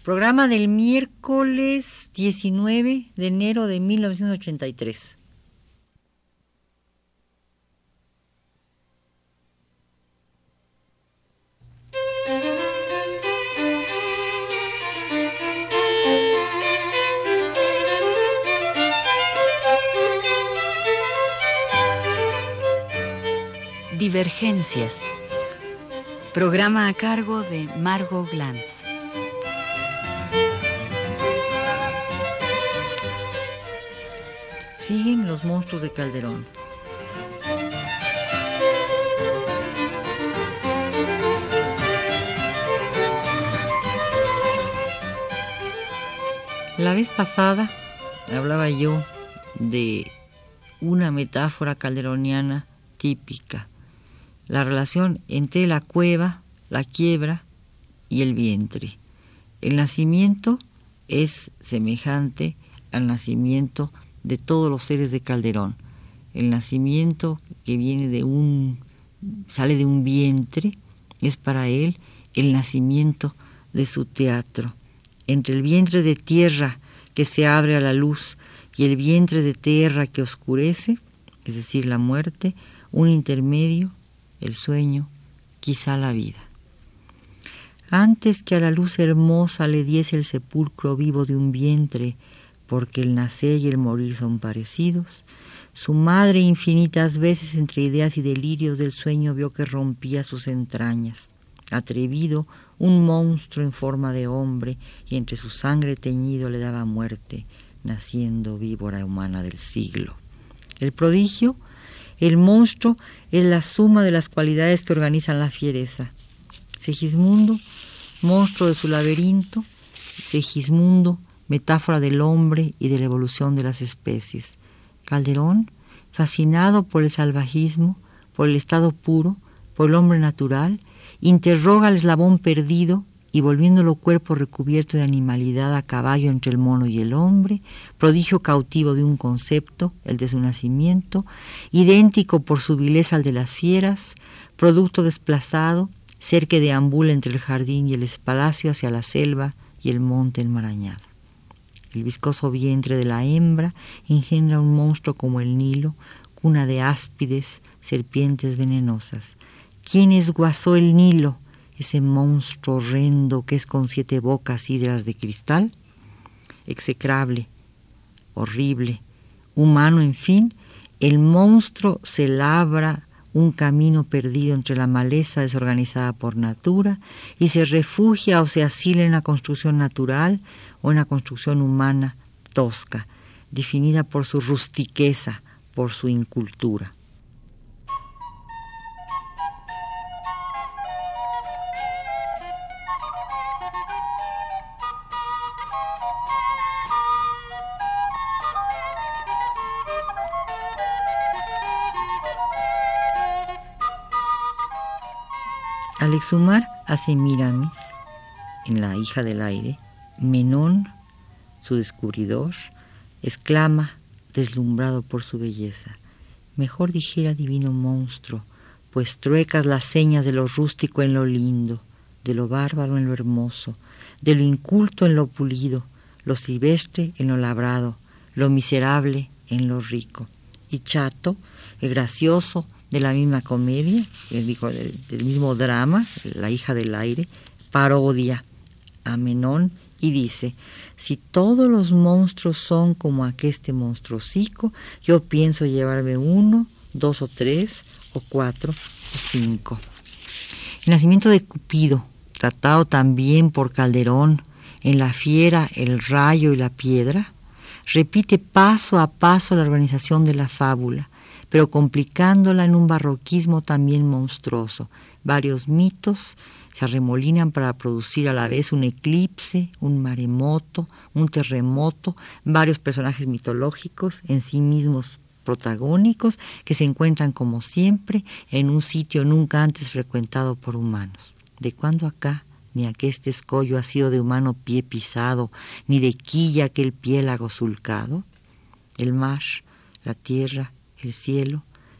Programa del miércoles 19 de enero de 1983. Divergencias. Programa a cargo de Margot Glantz. Siguen los monstruos de Calderón. La vez pasada hablaba yo de una metáfora calderoniana típica, la relación entre la cueva, la quiebra y el vientre. El nacimiento es semejante al nacimiento de todos los seres de Calderón. El nacimiento que sale de un vientre, es para él el nacimiento de su teatro. Entre el vientre de tierra que se abre a la luz y el vientre de tierra que oscurece, es decir, la muerte, un intermedio, el sueño, quizá la vida. Antes que a la luz hermosa le diese el sepulcro vivo de un vientre, porque el nacer y el morir son parecidos, su madre infinitas veces entre ideas y delirios del sueño vio que rompía sus entrañas. Atrevido, un monstruo en forma de hombre, y entre su sangre teñido le daba muerte, naciendo víbora humana del siglo. El prodigio, el monstruo, es la suma de las cualidades que organizan la fiereza. Segismundo, monstruo de su laberinto, Segismundo, metáfora del hombre y de la evolución de las especies. Calderón, fascinado por el salvajismo, por el estado puro, por el hombre natural, interroga al eslabón perdido y volviéndolo cuerpo recubierto de animalidad a caballo entre el mono y el hombre, prodigio cautivo de un concepto, el de su nacimiento, idéntico por su vileza al de las fieras, producto desplazado, ser que deambula entre el jardín y el palacio hacia la selva y el monte enmarañado. El viscoso vientre de la hembra engendra un monstruo como el Nilo, cuna de áspides, serpientes venenosas. ¿Quién esguazó el Nilo, ese monstruo horrendo que es con 7 bocas hidras de cristal? Execrable, horrible, humano, en fin, el monstruo se labra un camino perdido entre la maleza desorganizada por natura y se refugia o se asila en la construcción natural o en la construcción humana tosca, definida por su rustiqueza, por su incultura. Al exhumar a Semíramis, en La hija del aire, Menón, su descubridor, exclama, deslumbrado por su belleza: mejor dijera divino monstruo, pues truecas las señas de lo rústico en lo lindo, de lo bárbaro en lo hermoso, de lo inculto en lo pulido, lo silvestre en lo labrado, lo miserable en lo rico. Y Chato, el gracioso, de la misma comedia, del mismo drama, La hija del aire, parodia a Menón y dice: si todos los monstruos son como aqueste monstruosico, yo pienso llevarme 1, 2 o 3 o 4 o 5. El nacimiento de Cupido, tratado también por Calderón en La fiera, el rayo y la piedra, repite paso a paso la organización de la fábula, pero complicándola en un barroquismo también monstruoso. Varios mitos se arremolinan para producir a la vez un eclipse, un maremoto, un terremoto, varios personajes mitológicos en sí mismos protagónicos que se encuentran como siempre en un sitio nunca antes frecuentado por humanos. De cuando acá ni aqueste escollo ha sido de humano pie pisado, ni de quilla aquel piélago sulcado. El mar, la tierra, el cielo,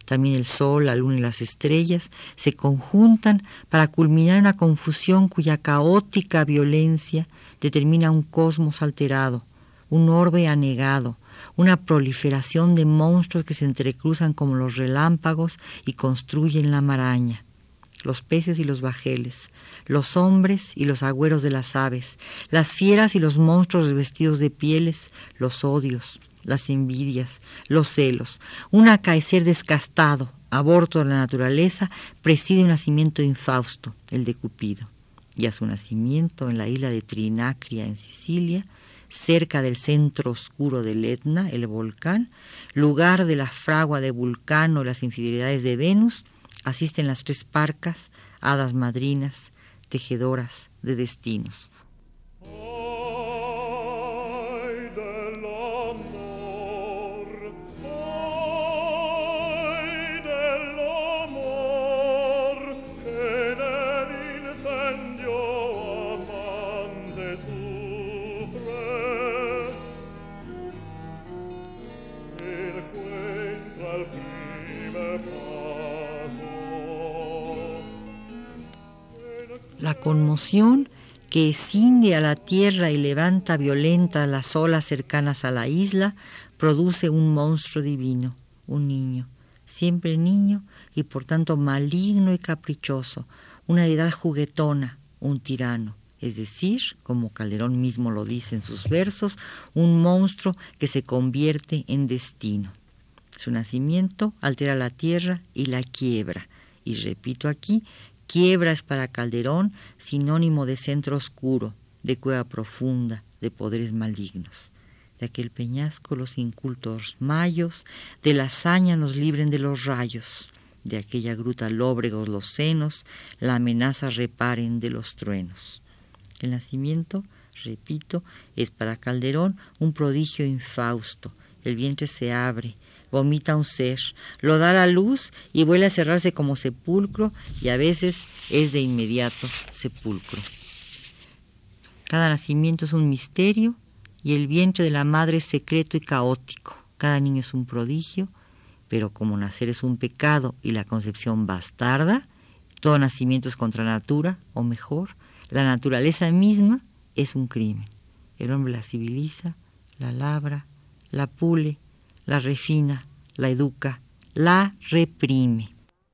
también el sol, la luna y las estrellas, se conjuntan para culminar una confusión cuya caótica violencia determina un cosmos alterado, un orbe anegado, una proliferación de monstruos que se entrecruzan como los relámpagos y construyen la maraña. Los peces y los bajeles, los hombres y los agüeros de las aves, las fieras y los monstruos revestidos de pieles, los odios, las envidias, los celos, un acaecer descastado, aborto de la naturaleza, preside un nacimiento infausto, el de Cupido. Y a su nacimiento en la isla de Trinacria, en Sicilia, cerca del centro oscuro del Etna, el volcán, lugar de la fragua de Vulcano y las infidelidades de Venus, asisten las 3 parcas, hadas madrinas, tejedoras de destinos. La conmoción que escinde a la tierra y levanta violentas las olas cercanas a la isla, produce un monstruo divino, un niño, siempre niño y por tanto maligno y caprichoso, una deidad juguetona, un tirano, es decir, como Calderón mismo lo dice en sus versos, un monstruo que se convierte en destino. Su nacimiento altera la tierra y la quiebra, y repito aquí, quiebra es para Calderón sinónimo de centro oscuro, de cueva profunda, de poderes malignos. De aquel peñasco los incultos mayos, de la hazaña nos libren de los rayos, de aquella gruta lóbregos los senos, la amenaza reparen de los truenos. El nacimiento, repito, es para Calderón un prodigio infausto, el vientre se abre, vomita un ser, lo da a la luz y vuelve a cerrarse como sepulcro y a veces es de inmediato sepulcro. Cada nacimiento es un misterio y el vientre de la madre es secreto y caótico. Cada niño es un prodigio, pero como nacer es un pecado y la concepción bastarda, todo nacimiento es contra natura, o mejor, la naturaleza misma es un crimen. El hombre la civiliza, la labra, la pule, la refina, la educa, la reprime.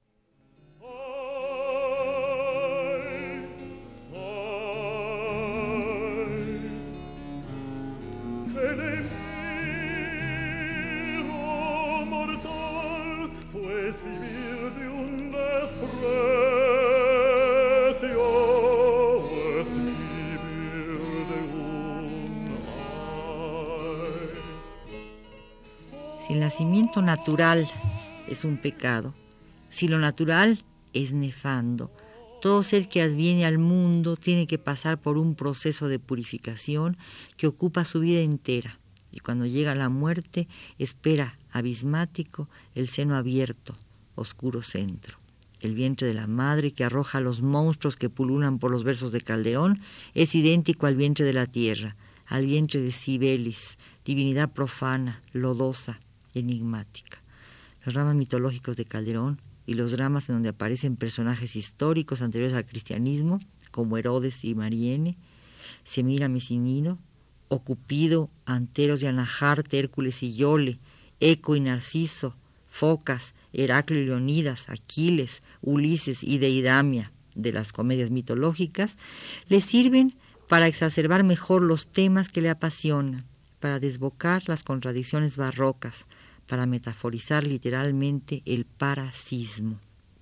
Si el nacimiento natural es un pecado, si lo natural es nefando, todo ser que adviene al mundo tiene que pasar por un proceso de purificación que ocupa su vida entera, y cuando llega la muerte espera abismático el seno abierto, oscuro centro. El vientre de la madre que arroja a los monstruos que pululan por los versos de Calderón es idéntico al vientre de la tierra, al vientre de Cibeles, divinidad profana, lodosa, enigmática. Los dramas mitológicos de Calderón y los dramas en donde aparecen personajes históricos anteriores al cristianismo, como Herodes y Mariene, Semíramis y Nido, o Cupido, Anteros y Anaharte, Hércules y Iole, Eco y Narciso, Focas, Heraclio y Leonidas, Aquiles, Ulises y Deidamia, de las comedias mitológicas, le sirven para exacerbar mejor los temas que le apasionan, para desbocar las contradicciones barrocas, para metaforizar literalmente el parasismo.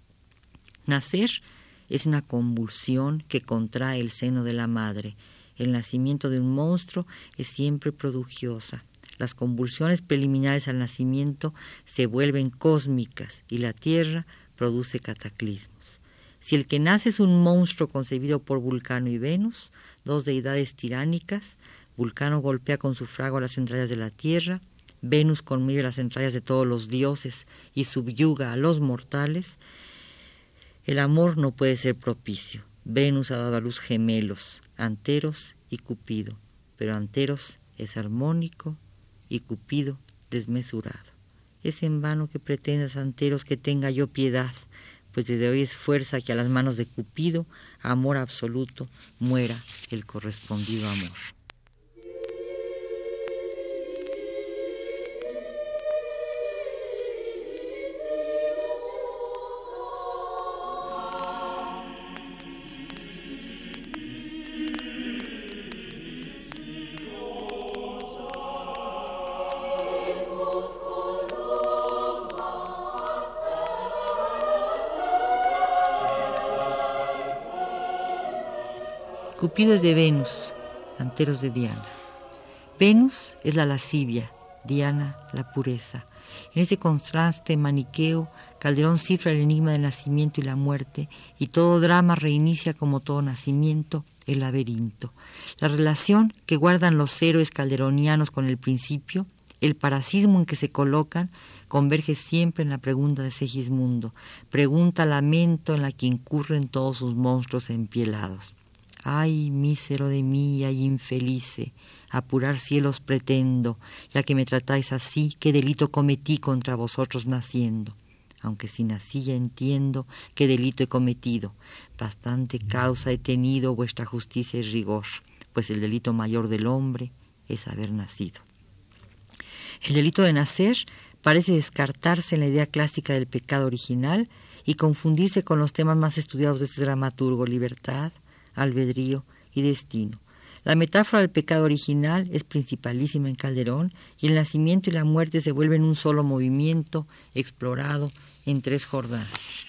Nacer es una convulsión que contrae el seno de la madre. El nacimiento de un monstruo es siempre prodigiosa. Las convulsiones preliminares al nacimiento se vuelven cósmicas y la tierra produce cataclismos. Si el que nace es un monstruo concebido por Vulcano y Venus, 2 deidades tiránicas, Vulcano golpea con su fragua las entrañas de la tierra, Venus conmueve las entrañas de todos los dioses y subyuga a los mortales, el amor no puede ser propicio. Venus ha dado a luz gemelos, Anteros y Cupido, pero Anteros es armónico y Cupido desmesurado. Es en vano que pretendas, anteros, que tenga yo piedad, pues desde hoy es fuerza que a las manos de Cupido, amor absoluto, muera el correspondido amor. Cupido es de Venus, anteros de Diana. Venus es la lascivia, Diana la pureza. En este contraste maniqueo, Calderón cifra el enigma del nacimiento y la muerte, y todo drama reinicia como todo nacimiento el laberinto. La relación que guardan los héroes calderonianos con el principio, el parasismo en que se colocan, converge siempre en la pregunta de Segismundo, pregunta lamento en la que incurren todos sus monstruos empielados. Ay, mísero de mí, ay, infelice, apurar cielos pretendo, ya que me tratáis así, qué delito cometí contra vosotros naciendo. Aunque si nací ya entiendo qué delito he cometido, bastante causa he tenido vuestra justicia y rigor, pues el delito mayor del hombre es haber nacido. El delito de nacer parece descartarse en la idea clásica del pecado original y confundirse con los temas más estudiados de este dramaturgo: libertad, albedrío y destino. La metáfora del pecado original es principalísima en Calderón, y el nacimiento y la muerte se vuelven un solo movimiento explorado en 3 jornadas.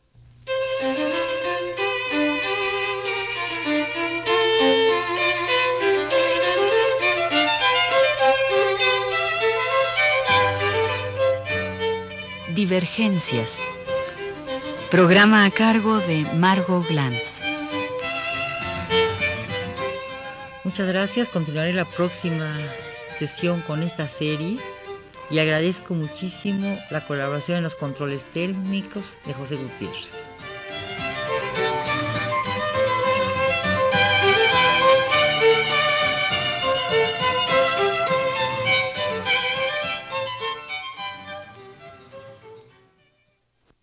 Divergencias. Programa a cargo de Margot Glantz. Muchas gracias, continuaré la próxima sesión con esta serie y agradezco muchísimo la colaboración en los controles técnicos de José Gutiérrez.